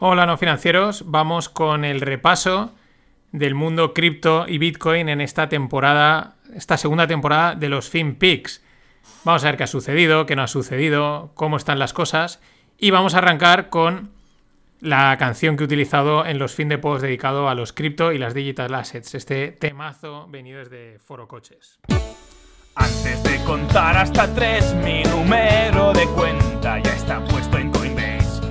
Hola no financieros, vamos con el repaso del mundo cripto y Bitcoin en esta segunda temporada de los FinPix. Vamos a ver qué ha sucedido, qué no ha sucedido, cómo están las cosas y vamos a arrancar con la canción que he utilizado en los FinDepots dedicado a los cripto y las digital assets, este temazo venido desde Foro Coches. Antes de contar hasta 3, mi número de cuenta ya está puesto en Coinbase.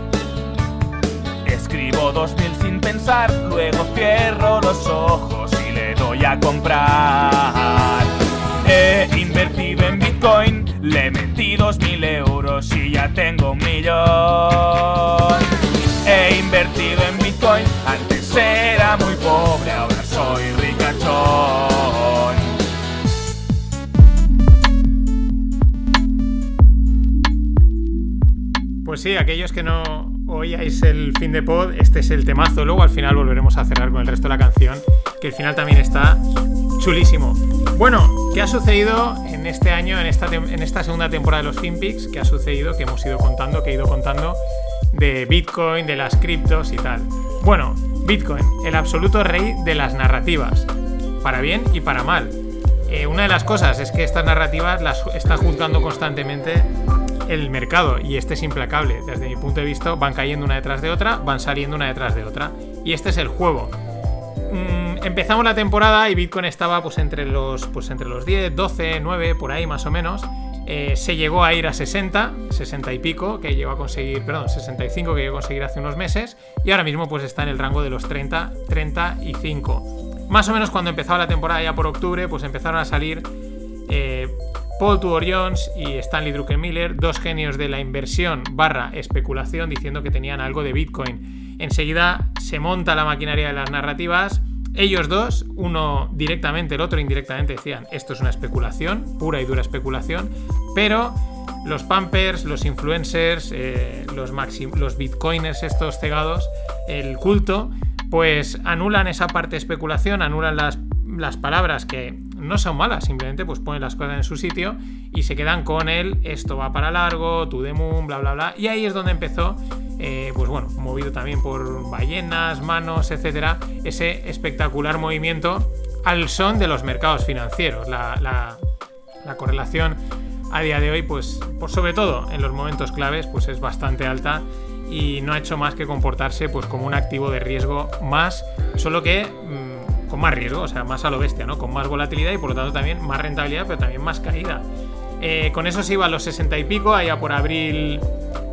Escribo 2000 sin pensar, luego cierro los ojos y le doy a comprar. He invertido en Bitcoin, le metí 2000 euros y ya tengo 1 millón. He invertido en Bitcoin, antes era muy pobre, ahora soy ricachón. Pues sí, aquellos que no oíais el FinDepot, este es el temazo. Luego al final volveremos a cerrar con el resto de la canción, que el final también está chulísimo. Bueno, ¿qué ha sucedido en este año, en esta segunda temporada de los FinPix? ¿Qué ha sucedido? Que hemos ido contando, que he ido contando de Bitcoin, de las criptos y tal. Bueno, Bitcoin, el absoluto rey de las narrativas, para bien y para mal. Una de las cosas es que estas narrativas las está juzgando constantemente el mercado y este es implacable. Desde mi punto de vista van cayendo una detrás de otra, van saliendo una detrás de otra y este es el juego. Empezamos la temporada y Bitcoin estaba entre los 10, 12, 9 por ahí más o menos. Se llegó a ir a 60 y pico que llegó a conseguir, 65 que llegó a conseguir hace unos meses y ahora mismo pues está en el rango de los 35. Más o menos cuando empezaba la temporada ya por octubre pues empezaron a salir Paul Tudor-Jones y Stanley Druckenmiller, dos genios de la inversión / especulación, diciendo que tenían algo de Bitcoin. Enseguida se monta la maquinaria de las narrativas. Ellos dos, uno directamente, el otro indirectamente, decían esto es una especulación, pura y dura especulación, pero los pumpers, los influencers, los bitcoiners estos cegados, el culto, pues anulan esa parte de especulación, anulan las palabras que no son malas, simplemente pues ponen las cosas en su sitio y se quedan con esto va para largo, to the moon, bla bla bla, y ahí es donde empezó movido también por ballenas, manos, etcétera, ese espectacular movimiento al son de los mercados financieros. La correlación a día de hoy, pues sobre todo en los momentos claves, pues es bastante alta y no ha hecho más que comportarse pues como un activo de riesgo más, solo que con más riesgo, o sea, más a lo bestia, ¿no? Con más volatilidad y por lo tanto también más rentabilidad, pero también más caída. Con eso se iba a los 60 y pico, allá por abril,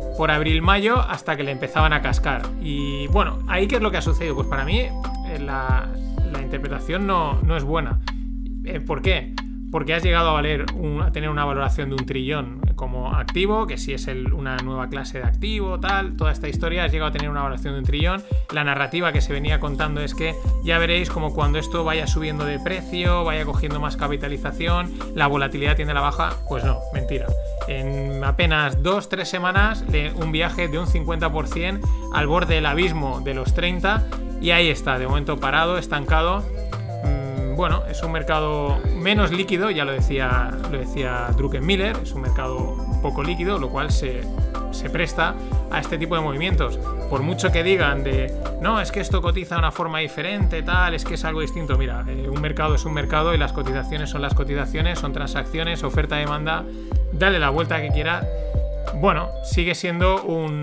mayo, hasta que le empezaban a cascar. Y bueno, ahí ¿qué es lo que ha sucedido? Pues para mí la interpretación no es buena. ¿Por qué? Porque has llegado a tener una valoración de 1 trillón como activo, que si es una nueva clase de activo, toda esta historia, has llegado a tener una valoración de 1 trillón. La narrativa que se venía contando es que ya veréis como cuando esto vaya subiendo de precio, vaya cogiendo más capitalización, la volatilidad tiende a la baja. Pues no, mentira. En apenas 2-3 semanas, un viaje de un 50% al borde del abismo de los 30 y ahí está, de momento parado, estancado. Bueno, es un mercado menos líquido, ya lo decía Druckenmiller, es un mercado poco líquido, lo cual se presta a este tipo de movimientos. Por mucho que digan no, es que esto cotiza de una forma diferente, es que es algo distinto. Mira, un mercado es un mercado y las cotizaciones son las cotizaciones, son transacciones, oferta-demanda, dale la vuelta que quiera. Bueno, sigue siendo,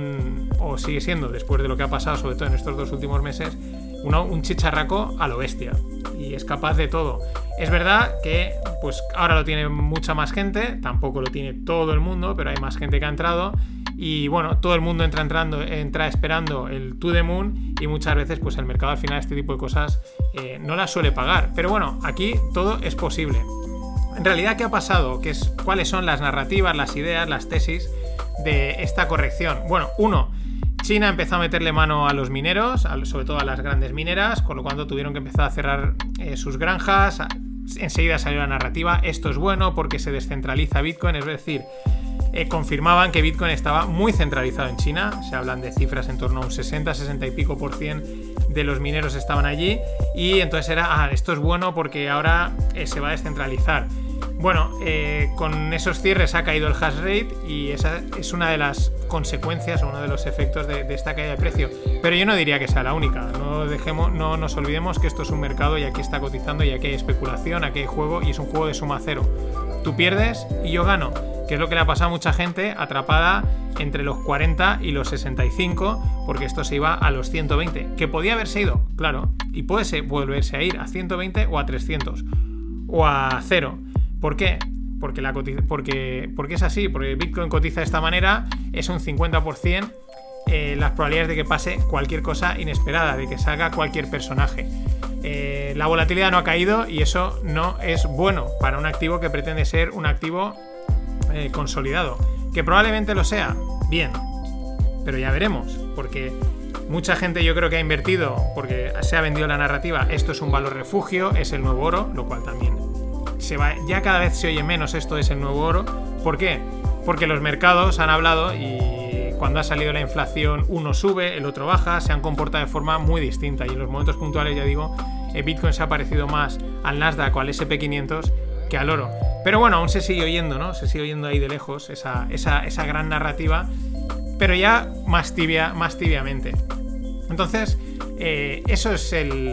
después de lo que ha pasado, sobre todo en estos 2 últimos meses, un chicharraco a lo bestia y es capaz de todo. Es verdad que pues ahora lo tiene mucha más gente, tampoco lo tiene todo el mundo, pero hay más gente que ha entrado y bueno, todo el mundo entra esperando el to the moon y muchas veces pues el mercado al final este tipo de cosas no las suele pagar, pero bueno, aquí todo es posible. En realidad, ¿qué ha pasado? ¿Cuáles son las narrativas, las ideas, las tesis de esta corrección? Bueno, China empezó a meterle mano a los mineros, sobre todo a las grandes mineras, con lo cual tuvieron que empezar a cerrar sus granjas. Enseguida salió la narrativa, esto es bueno porque se descentraliza Bitcoin, es decir, confirmaban que Bitcoin estaba muy centralizado en China. Se hablan de cifras en torno a un 60 y pico % de los mineros estaban allí y entonces esto es bueno porque ahora se va a descentralizar. Bueno, con esos cierres ha caído el hash rate y esa es una de las consecuencias o uno de los efectos de esta caída de precio. Pero yo no diría que sea la única. No nos olvidemos que esto es un mercado y aquí está cotizando y aquí hay especulación, aquí hay juego y es un juego de suma cero. Tú pierdes y yo gano, que es lo que le ha pasado a mucha gente atrapada entre los 40 y los 65, porque esto se iba a los 120, que podía haberse ido, claro, y puede volverse a ir a 120 o a 300 o a 0. ¿Por qué? Porque es así, porque Bitcoin cotiza de esta manera, es un 50% las probabilidades de que pase cualquier cosa inesperada, de que salga cualquier personaje. La volatilidad no ha caído y eso no es bueno para un activo que pretende ser un activo consolidado. Que probablemente lo sea, bien, pero ya veremos, porque mucha gente yo creo que ha invertido porque se ha vendido la narrativa, esto es un valor refugio, es el nuevo oro, lo cual también ya cada vez se oye menos esto es el nuevo oro. ¿Por qué? Porque los mercados han hablado y cuando ha salido la inflación uno sube, el otro baja, se han comportado de forma muy distinta y en los momentos puntuales, ya digo, Bitcoin se ha parecido más al Nasdaq o al SP500 que al oro. Pero bueno, aún se sigue oyendo, ¿no? Se sigue oyendo ahí de lejos esa gran narrativa, pero ya más tibiamente. Entonces, eso es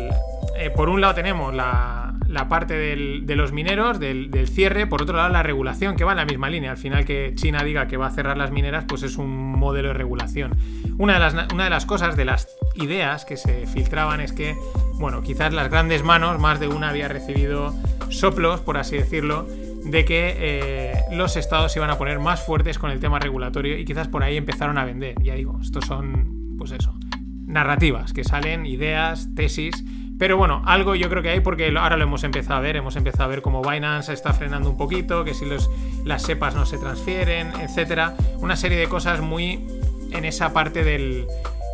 por un lado tenemos la parte de los mineros, del cierre, por otro lado la regulación, que va en la misma línea. Al final que China diga que va a cerrar las mineras, pues es un modelo de regulación. Una de las cosas, de las ideas que se filtraban es que, bueno, quizás las grandes manos, más de una había recibido soplos, por así decirlo, de que los estados se iban a poner más fuertes con el tema regulatorio y quizás por ahí empezaron a vender. Ya digo, estos son, pues eso, narrativas que salen, ideas, tesis. Pero bueno, algo yo creo que hay porque ahora lo hemos empezado a ver cómo Binance está frenando un poquito, que si las SEPAs no se transfieren, etcétera. Una serie de cosas muy en esa parte de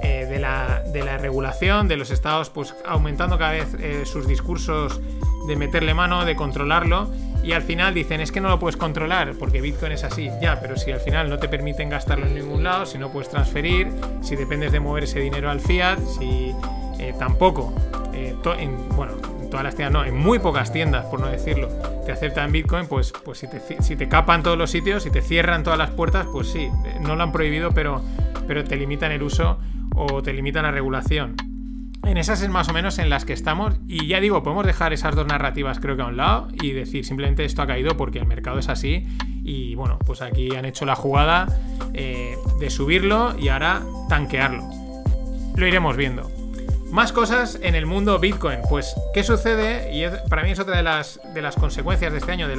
la regulación, de los estados pues aumentando cada vez sus discursos de meterle mano, de controlarlo, y al final dicen, es que no lo puedes controlar porque Bitcoin es así, ya, pero si al final no te permiten gastarlo en ningún lado, si no puedes transferir, si dependes de mover ese dinero al fiat, si tampoco, en todas las tiendas no, en muy pocas tiendas, por no decirlo, te aceptan Bitcoin, pues si te capan todos los sitios, si te cierran todas las puertas, pues sí, no lo han prohibido, pero te limitan el uso o te limitan la regulación. En esas es más o menos en las que estamos, y ya digo, podemos dejar esas dos narrativas creo que a un lado y decir simplemente esto ha caído porque el mercado es así y bueno, pues aquí han hecho la jugada de subirlo y ahora tanquearlo. Lo iremos viendo. Más cosas en el mundo Bitcoin. Pues, ¿qué sucede? Y para mí es otra de las consecuencias de este año, de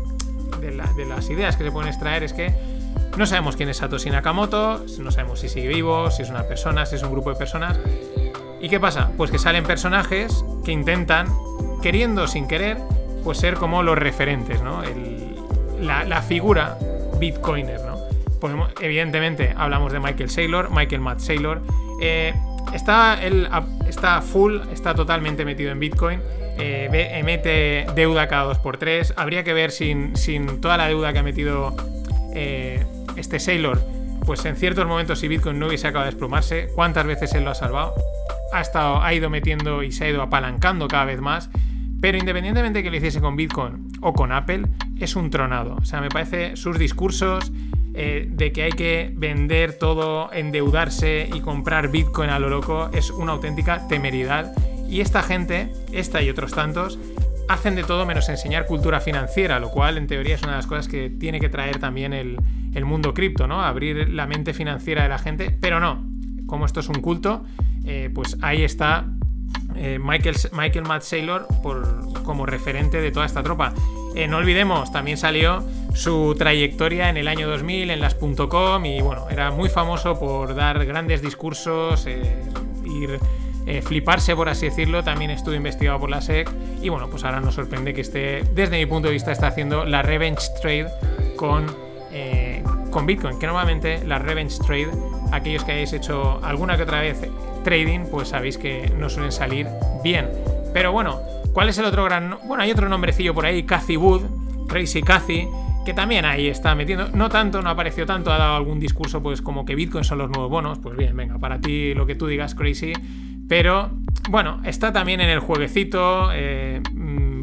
las ideas que se pueden extraer, es que no sabemos quién es Satoshi Nakamoto, no sabemos si sigue vivo, si es una persona, si es un grupo de personas. ¿Y qué pasa? Pues que salen personajes que intentan, queriendo o sin querer, pues ser como los referentes, ¿no? La figura bitcoiner, ¿no? Pues, evidentemente hablamos de Michael Matt Saylor. Está totalmente metido en Bitcoin, mete deuda cada 2x3. Habría que ver sin toda la deuda que ha metido este Saylor, pues en ciertos momentos si Bitcoin no hubiese acabado de desplomarse, cuántas veces él lo ha salvado. Ha ido metiendo y se ha ido apalancando cada vez más, pero independientemente de que lo hiciese con Bitcoin o con Apple, es un tronado. O sea, me parece sus discursos de que hay que vender todo, endeudarse y comprar Bitcoin a lo loco, es una auténtica temeridad. Y esta gente, esta y otros tantos, hacen de todo menos enseñar cultura financiera, lo cual en teoría es una de las cosas que tiene que traer también el mundo cripto, ¿no? Abrir la mente financiera de la gente, pero no. Como esto es un culto, pues ahí está Michael Matt Saylor como referente de toda esta tropa. No olvidemos, también salió su trayectoria en el año 2000 en las .com y bueno, era muy famoso por dar grandes discursos, fliparse, por así decirlo. También estuvo investigado por la SEC y bueno, pues ahora nos sorprende que desde mi punto de vista, está haciendo la revenge trade con Bitcoin, que normalmente la revenge trade, aquellos que hayáis hecho alguna que otra vez trading, pues sabéis que no suelen salir bien. Pero bueno, ¿cuál es el otro gran? Bueno, hay otro nombrecillo por ahí, Cathie Wood, Crazy Cathie, que también ahí está metiendo, no ha aparecido tanto, ha dado algún discurso pues como que Bitcoin son los nuevos bonos. Pues bien, venga, para ti lo que tú digas, Crazy, pero bueno, está también en el jueguecito,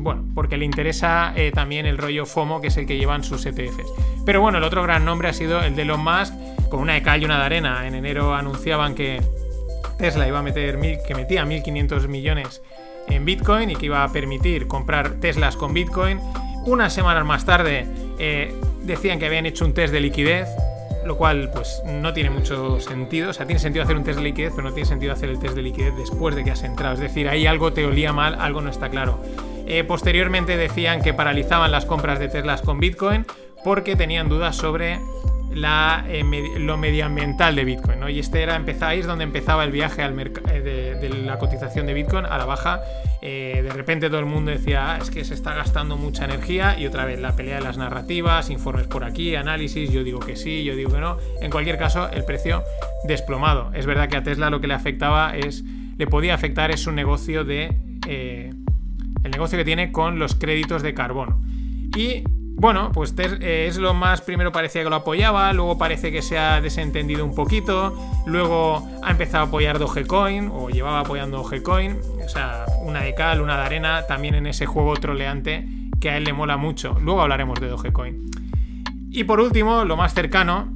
bueno, porque le interesa también el rollo FOMO, que es el que llevan sus ETFs. Pero bueno, el otro gran nombre ha sido el de Elon Musk, con una de cal y una de arena. En enero anunciaban que Tesla iba a meter que metía 1.500 millones en Bitcoin y que iba a permitir comprar Teslas con Bitcoin. Unas semanas más tarde decían que habían hecho un test de liquidez, lo cual pues no tiene mucho sentido. O sea, tiene sentido hacer un test de liquidez, pero no tiene sentido hacer el test de liquidez después de que has entrado. Es decir, ahí algo te olía mal, algo no está claro. Posteriormente decían que paralizaban las compras de Teslas con Bitcoin porque tenían dudas sobre lo medioambiental de Bitcoin, ¿no? Y ahí es donde empezaba el viaje al de la cotización de Bitcoin a la baja. De repente todo el mundo decía, es que se está gastando mucha energía, y otra vez la pelea de las narrativas, informes por aquí, análisis, yo digo que sí, yo digo que no. En cualquier caso, el precio desplomado. Es verdad que a Tesla lo que le podía afectar es su negocio el negocio que tiene con los créditos de carbono. Y bueno, pues Elon Musk primero parecía que lo apoyaba, luego parece que se ha desentendido un poquito, luego ha empezado a apoyar Dogecoin, o llevaba apoyando Dogecoin. O sea, una de cal, una de arena, también en ese juego troleante que a él le mola mucho. Luego hablaremos de Dogecoin. Y por último, lo más cercano,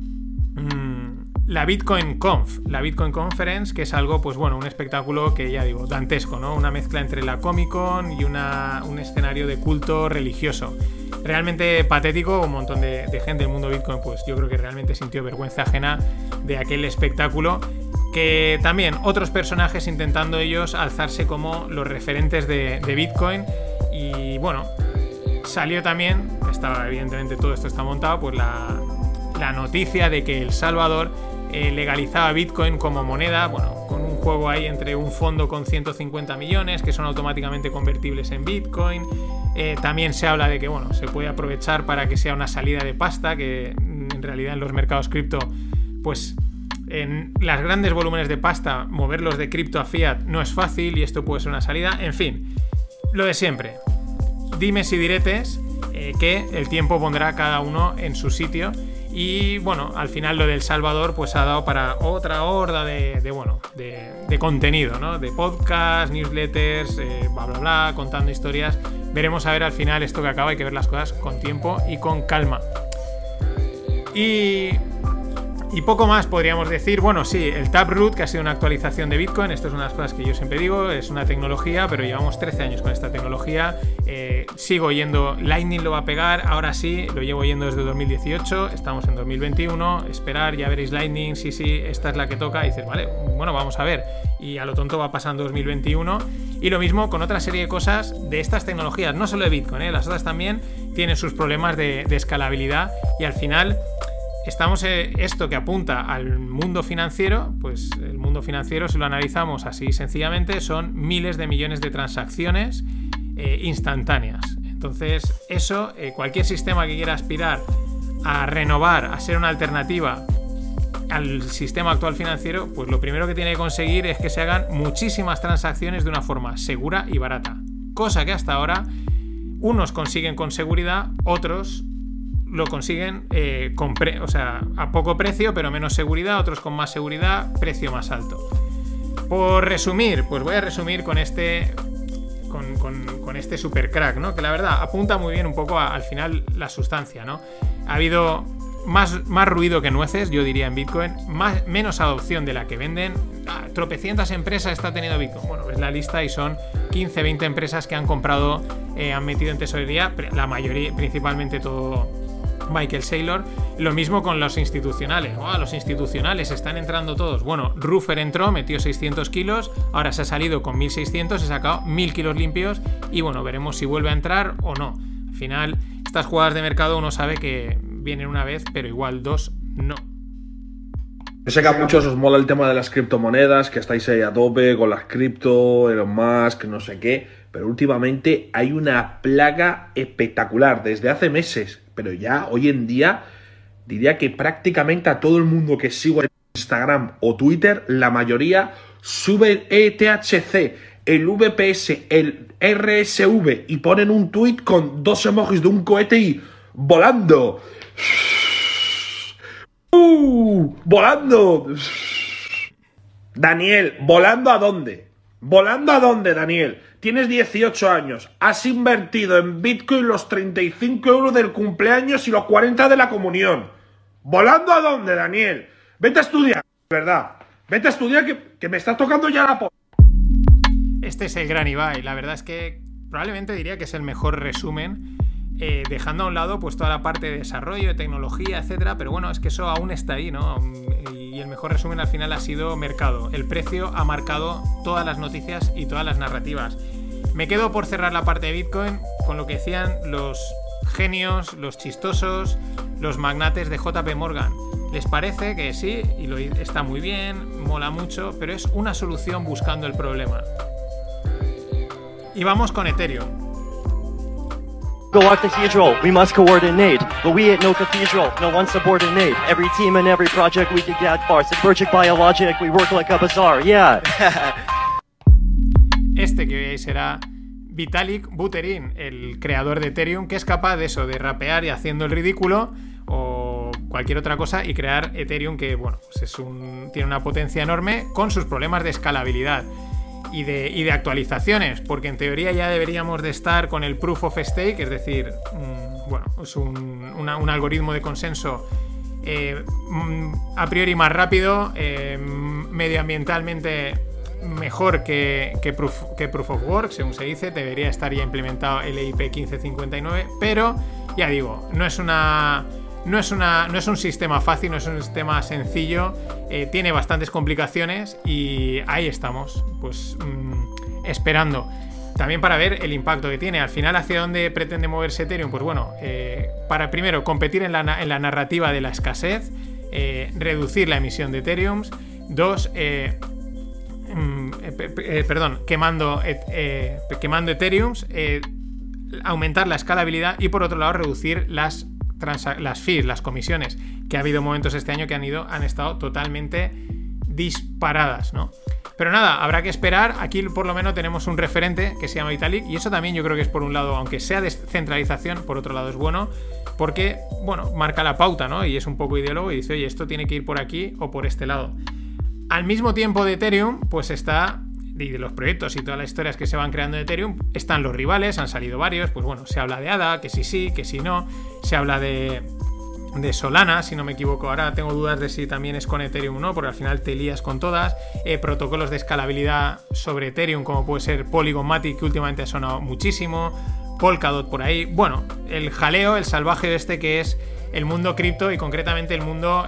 la Bitcoin Conf, la Bitcoin Conference, que es algo, pues bueno, un espectáculo que ya digo, dantesco, ¿no? Una mezcla entre la Comic Con y un escenario de culto religioso. Realmente patético. Un montón de gente del mundo Bitcoin, pues yo creo que realmente sintió vergüenza ajena de aquel espectáculo, que también otros personajes intentando ellos alzarse como los referentes de Bitcoin. Y bueno, salió también, evidentemente todo esto está montado, pues la noticia de que El Salvador legalizaba Bitcoin como moneda, bueno, con un juego ahí entre un fondo con 150 millones que son automáticamente convertibles en Bitcoin. También se habla de que, bueno, se puede aprovechar para que sea una salida de pasta, que en realidad en los mercados cripto, pues en los grandes volúmenes de pasta, moverlos de cripto a fiat no es fácil, y esto puede ser una salida. En fin, lo de siempre. Dimes y diretes que el tiempo pondrá cada uno en su sitio. Y bueno, al final lo del Salvador pues ha dado para otra horda de contenido, ¿no? De podcast, newsletters, bla bla bla, contando historias. Veremos a ver al final esto que acaba. Hay que ver las cosas con tiempo y con calma. Y poco más podríamos decir. Bueno, sí, el Taproot, que ha sido una actualización de Bitcoin. Esto es una de las cosas que yo siempre digo, es una tecnología, pero llevamos 13 años con esta tecnología. Sigo yendo, Lightning lo va a pegar, ahora sí, lo llevo yendo desde 2018, estamos en 2021, esperar, ya veréis Lightning, sí, esta es la que toca, y dices, vale, bueno, vamos a ver. Y a lo tonto va pasando 2021. Y lo mismo con otra serie de cosas de estas tecnologías, no solo de Bitcoin, las otras también tienen sus problemas de escalabilidad, y al final estamos esto que apunta al mundo financiero. Pues el mundo financiero, si lo analizamos así sencillamente, son miles de millones de transacciones instantáneas. Entonces eso, cualquier sistema que quiera aspirar a renovar, a ser una alternativa al sistema actual financiero, pues lo primero que tiene que conseguir es que se hagan muchísimas transacciones de una forma segura y barata, cosa que hasta ahora unos consiguen con seguridad, otros lo consiguen a poco precio pero menos seguridad, otros con más seguridad, precio más alto. Por resumir, pues voy a resumir con este super crack, ¿no? Que la verdad apunta muy bien un poco al final la sustancia, ¿no? Ha habido más ruido que nueces, yo diría, en Bitcoin, menos adopción de la que venden. Tropecientas empresas está teniendo Bitcoin. Bueno, ves la lista y son 15, 20 empresas que han comprado, han metido en tesorería, la mayoría, principalmente todo Michael Saylor. Lo mismo con los institucionales. Los institucionales están entrando todos. Bueno, Ruffer entró, metió 600 kilos, ahora se ha salido con 1600, se ha sacado 1000 kilos limpios, y bueno, veremos si vuelve a entrar o no. Al final, estas jugadas de mercado uno sabe que vienen una vez, pero igual dos no. Yo sé que a muchos os mola el tema de las criptomonedas, que estáis ahí a tope con las cripto, Elon Musk, no sé qué, pero últimamente hay una plaga espectacular desde hace meses, pero ya hoy en día diría que prácticamente a todo el mundo que sigo en Instagram o Twitter, la mayoría sube el ETHC, el VPS, el RSV y ponen un tweet con 2 emojis de un cohete y volando. ¡Volando! Daniel, ¿volando a dónde? ¿Volando a dónde, Daniel? Tienes 18 años, has invertido en Bitcoin los 35 euros del cumpleaños y los 40 de la comunión. ¿Volando a dónde, Daniel? Vete a estudiar, ¿verdad? Vete a estudiar que me estás tocando ya la Este es el gran Ibai. La verdad es que probablemente diría que es el mejor resumen, dejando a un lado pues toda la parte de desarrollo, de tecnología, etcétera, pero bueno, es que eso aún está ahí, ¿no? Y el mejor resumen al final ha sido mercado. El precio ha marcado todas las noticias y todas las narrativas. Me quedo por cerrar la parte de Bitcoin con lo que decían los genios, los chistosos, los magnates de JP Morgan. Les parece que sí, y está muy bien, mola mucho, pero es una solución buscando el problema. Y vamos con Ethereum. Go our cathedral, we must coordinate, but we ain't no cathedral, no one subordinate. Every team and every project we can get far. Synergic, biologic, we work like a bazaar, yeah. Este que veis será Vitalik Buterin, el creador de Ethereum, que es capaz de eso, de rapear y haciendo el ridículo o cualquier otra cosa y crear Ethereum que, bueno, pues tiene una potencia enorme con sus problemas de escalabilidad y de actualizaciones, porque en teoría ya deberíamos de estar con el Proof of Stake, es decir, bueno, es un algoritmo de consenso a priori más rápido, medioambientalmente mejor que Proof of Work, según se dice. Debería estar ya implementado el EIP 1559, pero ya digo, no es un sistema fácil, no es un sistema sencillo, tiene bastantes complicaciones y ahí estamos, pues esperando también para ver el impacto que tiene. Al final, ¿hacia dónde pretende moverse Ethereum? Pues bueno, para primero competir en la narrativa de la escasez, reducir la emisión de Ethereum, dos, quemando Ethereum, aumentar la escalabilidad y por otro lado reducir las fees, las comisiones, que ha habido momentos este año que han estado totalmente disparadas, ¿no? Pero nada, habrá que esperar. Aquí por lo menos tenemos un referente que se llama Vitalik, y eso también yo creo que es, por un lado, aunque sea descentralización, por otro lado es bueno, porque, bueno, marca la pauta, ¿no? Y es un poco ideólogo y dice, oye, esto tiene que ir por aquí o por este lado. Al mismo tiempo de Ethereum, pues está, y de los proyectos y todas las historias que se van creando en Ethereum, están los rivales, han salido varios, pues bueno, se habla de ADA, que sí, que sí no, se habla de Solana, si no me equivoco. Ahora tengo dudas de si también es con Ethereum o no, porque al final te lías con todas. Protocolos de escalabilidad sobre Ethereum, como puede ser Polygon Matic, que últimamente ha sonado muchísimo, Polkadot por ahí. Bueno, el jaleo, el salvaje este que es el mundo cripto y concretamente el mundo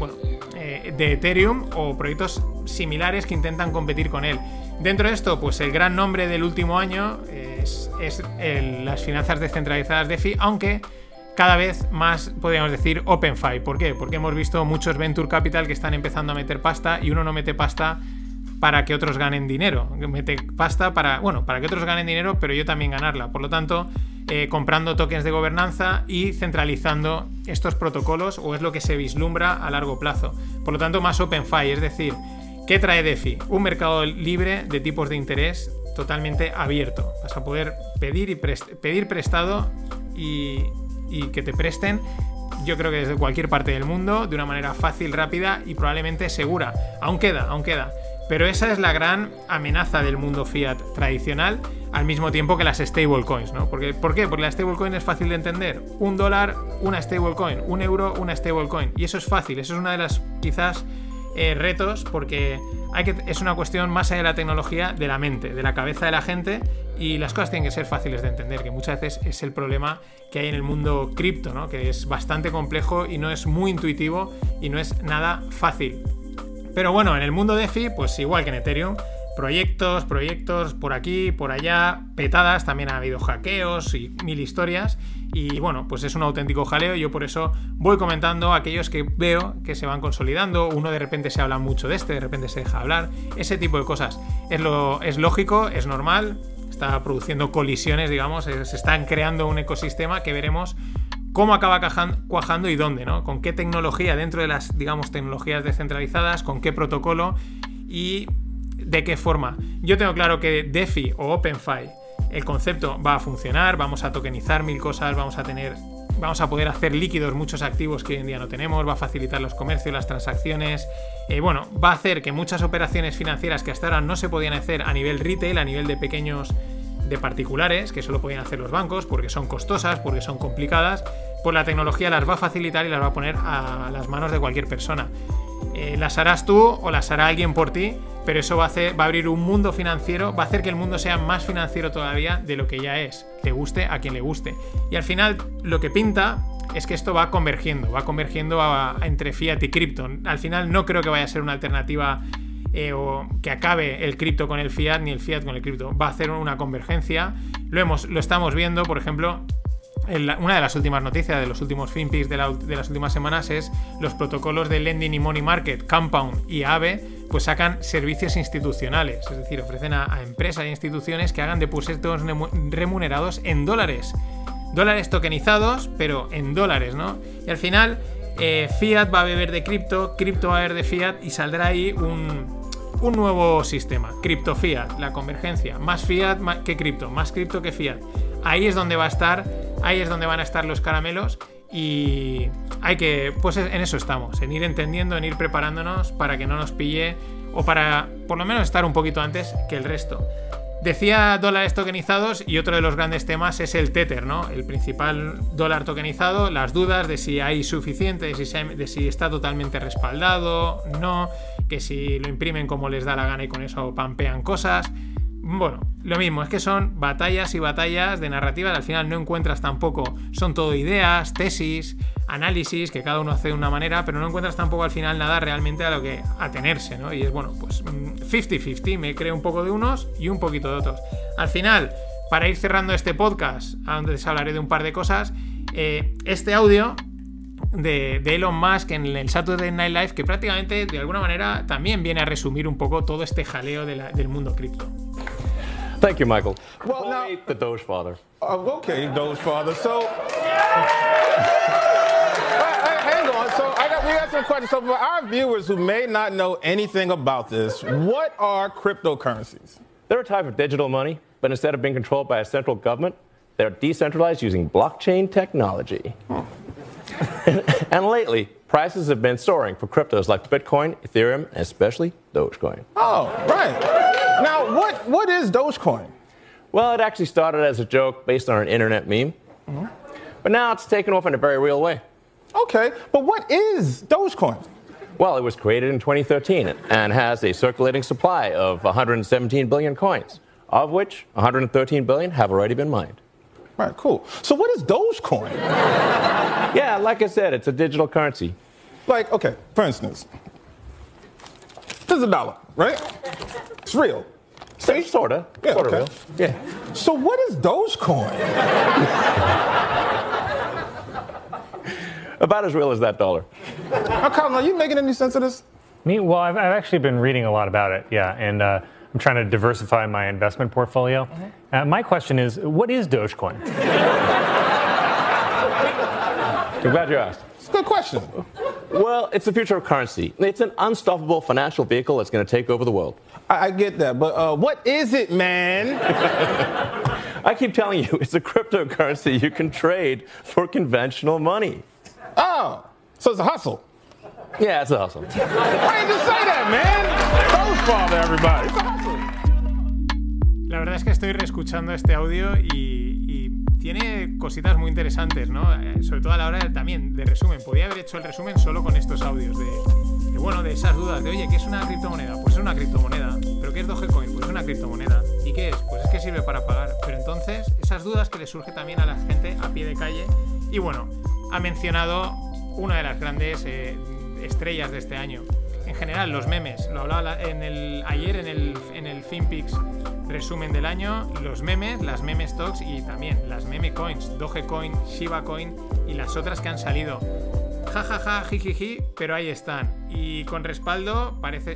de Ethereum o proyectos similares que intentan competir con él. Dentro de esto, pues el gran nombre del último año es las finanzas descentralizadas DeFi, aunque cada vez más podríamos decir OpenFi. ¿Por qué? Porque hemos visto muchos Venture Capital que están empezando a meter pasta, y uno no mete pasta para que otros ganen dinero. Mete pasta para que otros ganen dinero, pero yo también ganarla. Por lo tanto, comprando tokens de gobernanza y centralizando estos protocolos, o es lo que se vislumbra a largo plazo. Por lo tanto, más OpenFi, es decir, ¿qué trae DeFi? Un mercado libre de tipos de interés totalmente abierto. Vas a poder pedir prestado y que te presten, yo creo que desde cualquier parte del mundo, de una manera fácil, rápida y probablemente segura. Aún queda. Pero esa es la gran amenaza del mundo fiat tradicional, al mismo tiempo que las stablecoins, ¿no? ¿Por qué? Porque la stablecoin es fácil de entender. $1, una stablecoin. €1, una stablecoin. Y eso es fácil. Eso es una de las, quizás, retos, porque es una cuestión más allá de la tecnología, de la mente, de la cabeza de la gente, y las cosas tienen que ser fáciles de entender, que muchas veces es el problema que hay en el mundo cripto, ¿no? Que es bastante complejo y no es muy intuitivo y no es nada fácil. Pero bueno, en el mundo DeFi, pues igual que en Ethereum, proyectos por aquí, por allá, petadas, también ha habido hackeos y mil historias, y bueno, pues es un auténtico jaleo. Yo por eso voy comentando aquellos que veo que se van consolidando. Uno de repente se habla mucho de de repente se deja hablar, ese tipo de cosas. Es lógico, es normal, está produciendo colisiones, digamos, se están creando un ecosistema que veremos cómo acaba cuajando y dónde, ¿no? Con qué tecnología dentro de las, digamos, tecnologías descentralizadas, con qué protocolo y de qué forma. Yo tengo claro que DeFi o OpenFi, el concepto va a funcionar, vamos a tokenizar mil cosas, vamos a tener vamos a poder hacer líquidos muchos activos que hoy en día no tenemos, va a facilitar los comercios, las transacciones, va a hacer que muchas operaciones financieras que hasta ahora no se podían hacer a nivel retail, a nivel de pequeños, de particulares, que solo podían hacer los bancos porque son costosas, porque son complicadas, pues la tecnología las va a facilitar y las va a poner a las manos de cualquier persona. Las harás tú o las hará alguien por ti, pero eso va a abrir un mundo financiero, va a hacer que el mundo sea más financiero todavía de lo que ya es, le guste a quien le guste. Y al final lo que pinta es que esto va convergiendo entre fiat y cripto. Al final no creo que vaya a ser una alternativa o que acabe el cripto con el fiat ni el fiat con el cripto. Va a hacer una convergencia. Lo estamos viendo, por ejemplo. Una de las últimas noticias de los últimos FinPix de las últimas semanas es los protocolos de Lending y Money Market, Compound y Aave, pues sacan servicios institucionales, es decir, ofrecen a empresas e instituciones que hagan depósitos remunerados en dólares tokenizados, pero en dólares, ¿no? Y al final fiat va a beber de cripto, cripto va a beber de fiat y saldrá ahí un nuevo sistema, cripto fiat, la convergencia, más fiat que cripto, más cripto que fiat. Ahí es donde van a estar los caramelos y pues en eso estamos, en ir entendiendo, en ir preparándonos para que no nos pille o para por lo menos estar un poquito antes que el resto. Decía dólares tokenizados y otro de los grandes temas es el Tether, ¿no? El principal dólar tokenizado, las dudas de si hay suficiente, de si está totalmente respaldado, no, que si lo imprimen como les da la gana y con eso pampean cosas. Bueno, lo mismo, es que son batallas y batallas de narrativa, al final no encuentras tampoco, son todo ideas, tesis, análisis, que cada uno hace de una manera, pero no encuentras tampoco al final nada realmente a lo que atenerse, ¿no? Y es bueno, pues 50-50, me creo un poco de unos y un poquito de otros. Al final, para ir cerrando este podcast, a donde les hablaré de un par de cosas, este audio de Elon Musk en el Saturday Night Live, que prácticamente de alguna manera también viene a resumir un poco todo este jaleo del mundo cripto. Thank you, Michael. Well, now, The Doge Father. Okay, Doge Father. So, hang on. So, we got some questions. So, for our viewers who may not know anything about this, what are cryptocurrencies? They're a type of digital money, but instead of being controlled by a central government, they're decentralized using blockchain technology. And lately, prices have been soaring for cryptos like Bitcoin, Ethereum, and especially Dogecoin. Oh, right. Now, what is Dogecoin? Well, it actually started as a joke based on an internet meme. Mm-hmm. But now it's taken off in a very real way. Okay, but what is Dogecoin? Well, it was created in 2013 and has a circulating supply of 117 billion coins, of which 113 billion have already been mined. Right, cool. So what is Dogecoin? Yeah, like I said, it's a digital currency. Like, okay, for instance, this is $1, right? It's real. See? Sorta. Yeah, sorta okay. real. Yeah. So what is Dogecoin? About as real as that dollar. Now, Colin, are you making any sense of this? Me? Well, I've actually been reading a lot about it, yeah, and I'm trying to diversify my investment portfolio. My question is, what is Dogecoin? I'm glad you asked. It's a good question. Well, it's the future of currency. It's an unstoppable financial vehicle that's going to take over the world. I get that, but what is it, man? I keep telling you, it's a cryptocurrency you can trade for conventional money. Oh, so it's a hustle. Yeah, it's a hustle. Why didn't you say that, man? Doge Father, everybody. It's a hustle. La verdad es que estoy reescuchando este audio y tiene cositas muy interesantes, ¿no? Sobre todo a la hora también de resumen. Podría haber hecho el resumen solo con estos audios de esas dudas de, oye, ¿qué es una criptomoneda? Pues es una criptomoneda. ¿Pero qué es Dogecoin? Pues es una criptomoneda. ¿Y qué es? Pues es que sirve para pagar. Pero entonces, esas dudas que le surge también a la gente a pie de calle. Y bueno, ha mencionado una de las grandes estrellas de este año. En general, los memes, lo hablaba ayer en el FinPix resumen del año, los memes, las meme stocks y también las meme coins, Dogecoin, Shiba Coin y las otras que han salido. Jajaja, jijiji, pero ahí están. Y con respaldo parece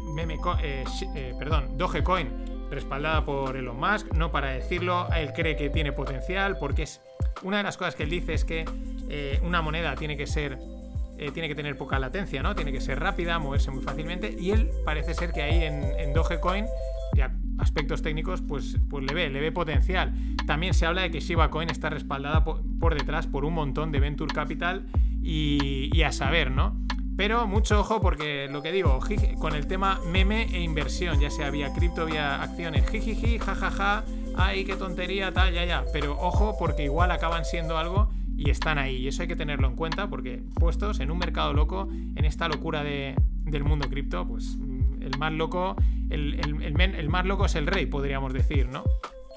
Dogecoin, respaldada por Elon Musk, no para decirlo, él cree que tiene potencial porque es una de las cosas que él dice es que una moneda tiene que tener poca latencia, ¿no? Tiene que ser rápida, moverse muy fácilmente y él parece ser que ahí en Dogecoin, ya aspectos técnicos, pues le ve potencial. También se habla de que Shiba Coin está respaldada por detrás por un montón de Venture Capital y a saber, ¿no? Pero mucho ojo porque lo que digo, con el tema meme e inversión, ya sea vía cripto, vía acciones, jijiji, jajaja, ay, qué tontería, tal, ya. Pero ojo porque igual acaban siendo algo y están ahí. Y eso hay que tenerlo en cuenta porque puestos en un mercado loco, en esta locura del mundo cripto, pues el más loco, el más loco es el rey, podríamos decir, ¿no?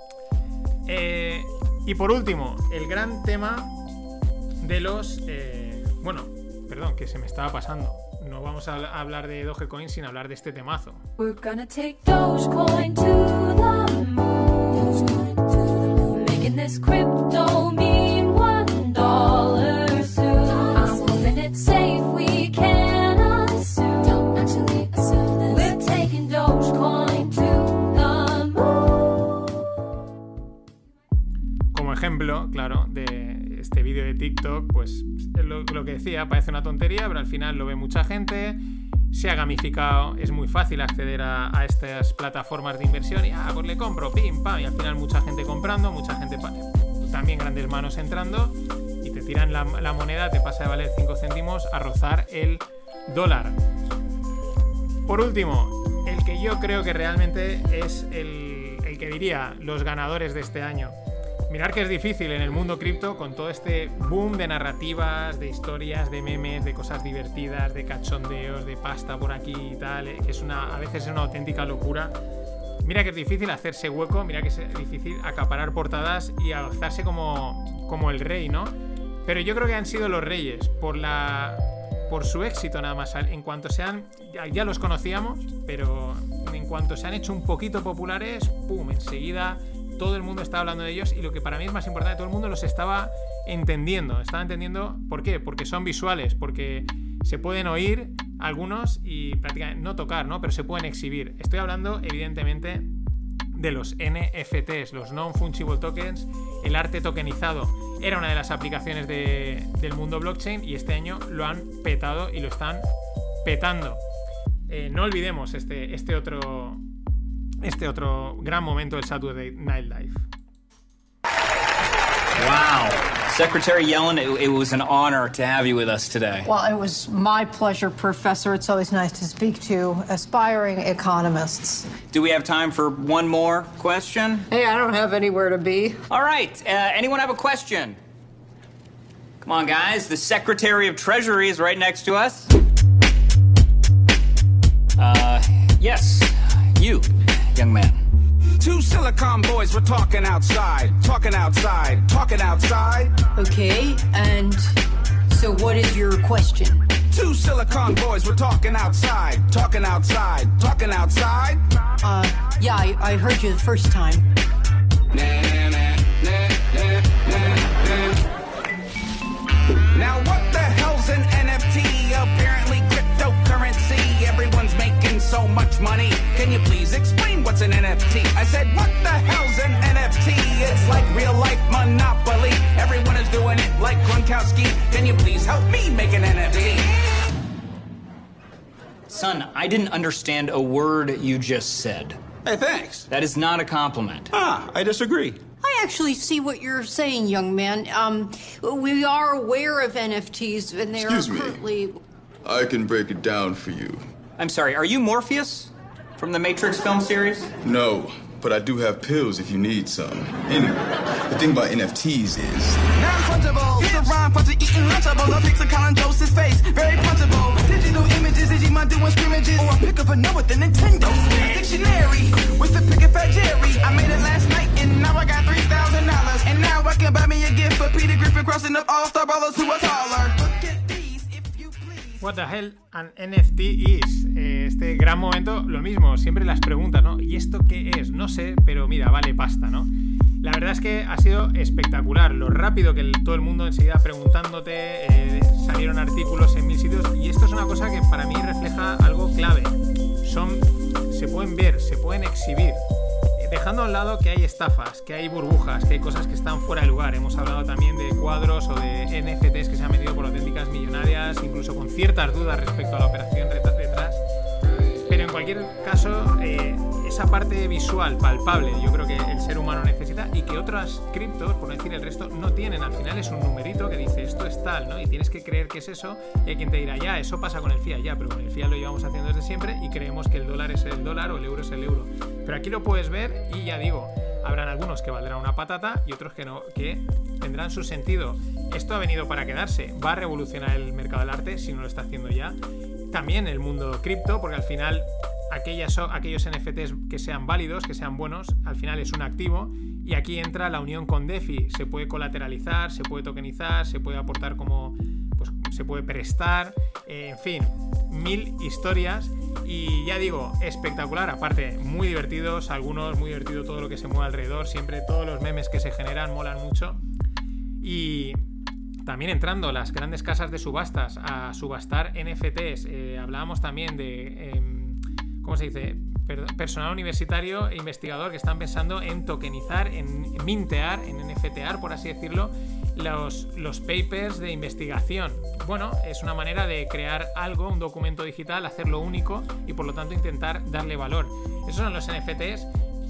Y por último, el gran tema de los... Perdón, que se me estaba pasando. No vamos a hablar de Dogecoin sin hablar de este temazo. We're gonna take Dogecoin to the moon, making this crypto mean $1 soon. I'm hoping it's safe, we can assume. Don't actually assume this. We're taking Dogecoin to the moon. Como ejemplo, claro, de este vídeo de TikTok, pues lo que decía, parece una tontería, pero al final lo ve mucha gente, se ha gamificado, es muy fácil acceder a estas plataformas de inversión y pues le compro, pim, pam, y al final mucha gente comprando, mucha gente también grandes manos entrando y te tiran la moneda, te pasa de valer 5 céntimos a rozar el dólar. Por último, el que yo creo que realmente es el que diría los ganadores de este año. Mirar que es difícil en el mundo cripto con todo este boom de narrativas, de historias, de memes, de cosas divertidas, de cachondeos, de pasta por aquí y tal, que a veces es una auténtica locura. Mira que es difícil hacerse hueco, mira que es difícil acaparar portadas y alzarse como el rey, ¿no? Pero yo creo que han sido los reyes por su éxito nada más. En cuanto ya los conocíamos, pero en cuanto se han hecho un poquito populares, ¡pum!, enseguida todo el mundo estaba hablando de ellos y lo que para mí es más importante, todo el mundo los estaba entendiendo. ¿Por qué? Porque son visuales, porque se pueden oír algunos y prácticamente no tocar, ¿no? Pero se pueden exhibir. Estoy hablando, evidentemente, de los NFTs, los Non-Fungible Tokens, el arte tokenizado. Era una de las aplicaciones del mundo blockchain y este año lo han petado y lo están petando. No olvidemos este otro gran momento del Saturday Night Live. Wow. Secretary Yellen, it was an honor to have you with us today. Well, it was my pleasure, Professor. It's always nice to speak to aspiring economists. Do we have time for one more question? Hey, I don't have anywhere to be. All right. Anyone have a question? Come on, guys. The Secretary of Treasury is right next to us. Yes. You, young man. Two Silicon boys were talking outside. Okay, and so what is your question? Two Silicon boys were talking outside. Yeah, I heard you the first time. Now what the hell's an NFT? Apparently cryptocurrency. Everyone's making so much money. Can you please explain what's an NFT? I said, what the hell's an NFT? It's like real life Monopoly. Everyone is doing it like Gronkowski. Can you please help me make an NFT? Son, I didn't understand a word you just said. Hey, thanks. That is not a compliment. I disagree. I actually see what you're saying, young man. We are aware of NFTs, and they Excuse are currently... me. I can break it down for you. I'm sorry, are you Morpheus? From the Matrix film series? No, but I do have pills if you need some. Anyway, the thing about NFTs is... Non-fungible. It's a rhyme for eating Lunchables. I'll fix a Colin Joseph's face. Very punchable. Digital images, Digimon doing scrimmages. Or I pick up a note with the Nintendo. A dictionary with the pick and fat Jerry. I made it last night and now I got $3,000. And now I can buy me a gift for Peter Griffin crossing up all-star ballers who are taller. Look at these if you please. What the hell an NFT is? Este gran momento, lo mismo, siempre las preguntas, ¿no? ¿Y esto qué es? No sé, pero mira, vale pasta, ¿no? La verdad es que ha sido espectacular lo rápido que todo el mundo enseguida preguntándote, salieron artículos en 1000 sitios y esto es una cosa que para mí refleja algo clave. Se pueden ver, se pueden exhibir, dejando a un lado que hay estafas, que hay burbujas, que hay cosas que están fuera de lugar. Hemos hablado también de cuadros o de NFTs que se han metido por auténticas millonarias, incluso con ciertas dudas respecto a la operación detrás. Pero en cualquier caso, esa parte visual, palpable, yo creo que el ser humano necesita y que otras criptos, por no decir el resto, no tienen. Al final es un numerito que dice esto es tal, ¿no? Y tienes que creer que es eso, y hay quien te dirá, ya, eso pasa con el fiat, ya, pero con el fiat lo llevamos haciendo desde siempre y creemos que el dólar es el dólar o el euro es el euro. Pero aquí lo puedes ver y ya digo, habrán algunos que valdrán una patata y otros que no, que tendrán su sentido. Esto ha venido para quedarse, va a revolucionar el mercado del arte si no lo está haciendo ya. También el mundo cripto, porque al final aquellos NFTs que sean válidos, que sean buenos, al final es un activo, y aquí entra la unión con DeFi. Se puede colateralizar, se puede tokenizar, se puede aportar como, pues se puede prestar, en fin, 1000 historias. Y ya digo, espectacular, aparte muy divertidos, algunos muy divertido todo lo que se mueve alrededor, siempre todos los memes que se generan molan mucho. Y también entrando las grandes casas de subastas a subastar NFTs. Hablábamos también de, ¿cómo se dice? Personal universitario e investigador que están pensando en tokenizar, en mintear, en NFTar, por así decirlo, los papers de investigación. Bueno, es una manera de crear algo, un documento digital, hacerlo único y por lo tanto intentar darle valor. Esos son los NFTs.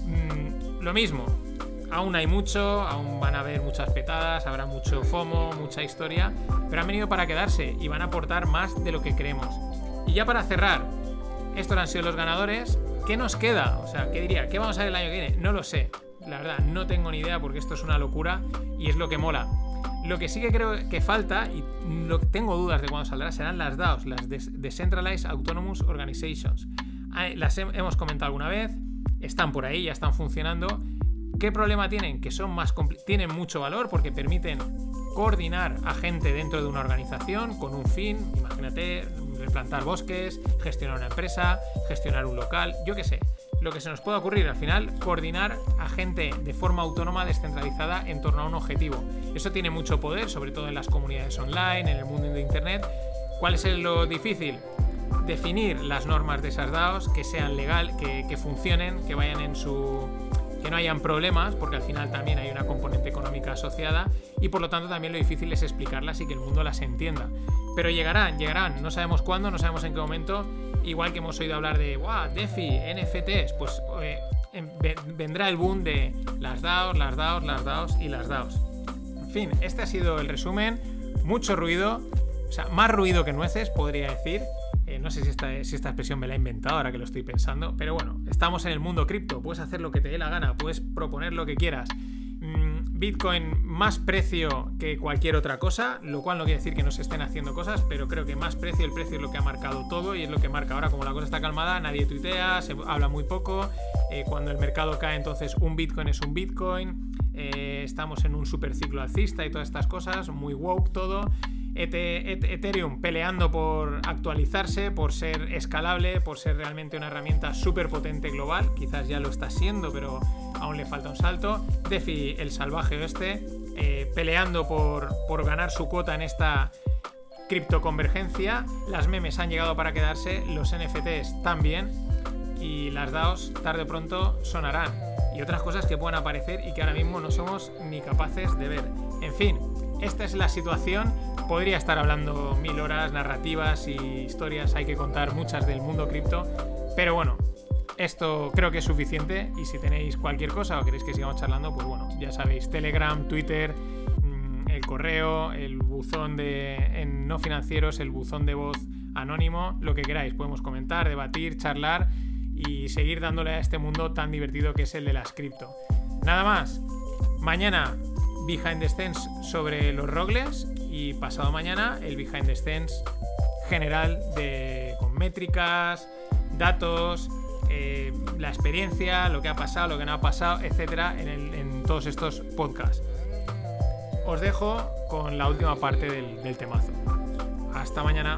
Lo mismo. Aún hay mucho, aún van a haber muchas petadas, habrá mucho FOMO, mucha historia, pero han venido para quedarse y van a aportar más de lo que creemos. Y ya para cerrar, estos han sido los ganadores. ¿Qué nos queda? O sea, ¿qué diría? ¿Qué vamos a ver el año que viene? No lo sé. La verdad, no tengo ni idea porque esto es una locura y es lo que mola. Lo que sí que creo que falta, y tengo dudas de cuándo saldrá, serán las DAOs, las Decentralized Autonomous Organizations. Las hemos comentado alguna vez, están por ahí, ya están funcionando. ¿Qué problema tienen? Que son tienen mucho valor porque permiten coordinar a gente dentro de una organización con un fin. Imagínate, replantar bosques, gestionar una empresa, gestionar un local, yo qué sé. Lo que se nos puede ocurrir al final, coordinar a gente de forma autónoma, descentralizada en torno a un objetivo. Eso tiene mucho poder, sobre todo en las comunidades online, en el mundo de Internet. ¿Cuál es lo difícil? Definir las normas de esas DAOs, que sean legal, que funcionen, que vayan en su... que no hayan problemas, porque al final también hay una componente económica asociada y por lo tanto también lo difícil es explicarlas y que el mundo las entienda. Pero llegarán, no sabemos cuándo, no sabemos en qué momento. Igual que hemos oído hablar de DeFi, NFTs, pues vendrá el boom de las DAOs y las DAOs. En fin, este ha sido el resumen. Mucho ruido, o sea, más ruido que nueces, podría decir. No sé si esta expresión me la he inventado ahora que lo estoy pensando, pero bueno, estamos en el mundo cripto, puedes hacer lo que te dé la gana, puedes proponer lo que quieras. Bitcoin más precio que cualquier otra cosa, lo cual no quiere decir que no se estén haciendo cosas, pero creo que más precio, el precio es lo que ha marcado todo y es lo que marca ahora. Como la cosa está calmada, nadie tuitea, se habla muy poco. Cuando el mercado cae, entonces un Bitcoin es un Bitcoin. Estamos en un super ciclo alcista y todas estas cosas, muy woke todo. Ethereum peleando por actualizarse, por ser escalable, por ser realmente una herramienta súper potente global. Quizás ya lo está siendo, pero aún le falta un salto. DeFi, el salvaje oeste, peleando por ganar su cuota en esta criptoconvergencia. Las memes han llegado para quedarse, los NFTs también, y las DAOs tarde o pronto sonarán. Y otras cosas que puedan aparecer y que ahora mismo no somos ni capaces de ver. En fin, esta es la situación. Podría estar hablando 1000 horas, narrativas y historias, hay que contar muchas del mundo cripto, pero bueno, esto creo que es suficiente. Y si tenéis cualquier cosa o queréis que sigamos charlando, pues bueno, ya sabéis, Telegram, Twitter, el correo, el buzón en no financieros, el buzón de voz anónimo, lo que queráis, podemos comentar, debatir, charlar y seguir dándole a este mundo tan divertido que es el de las cripto. Nada más, mañana Behind the Scenes sobre los Rogles y pasado mañana el Behind the Scenes general con métricas, datos, la experiencia, lo que ha pasado, lo que no ha pasado, etcétera, en todos estos podcasts. Os dejo con la última parte del temazo. Hasta mañana.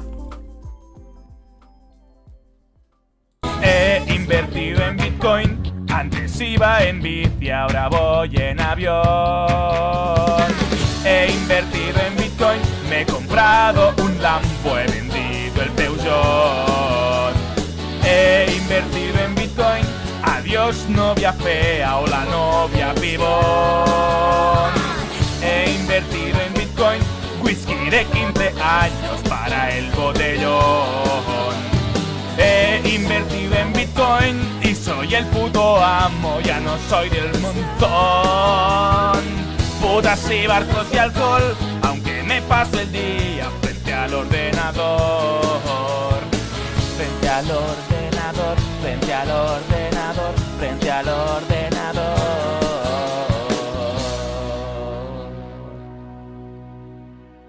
He invertido en Bitcoin, antes iba en bici, ahora voy en avión. He invertido en Bitcoin, me he comprado un Lambo, he vendido el Peugeot. He invertido en Bitcoin, adiós novia fea o la novia pibón. He invertido en Bitcoin, whisky de 15 años para el botellón. He invertido en Bitcoin, Bitcoin y soy el puto amo, ya no soy del montón. Putas y barcos y alcohol, aunque me paso el día frente al ordenador. Frente al ordenador, frente al ordenador, frente al ordenador.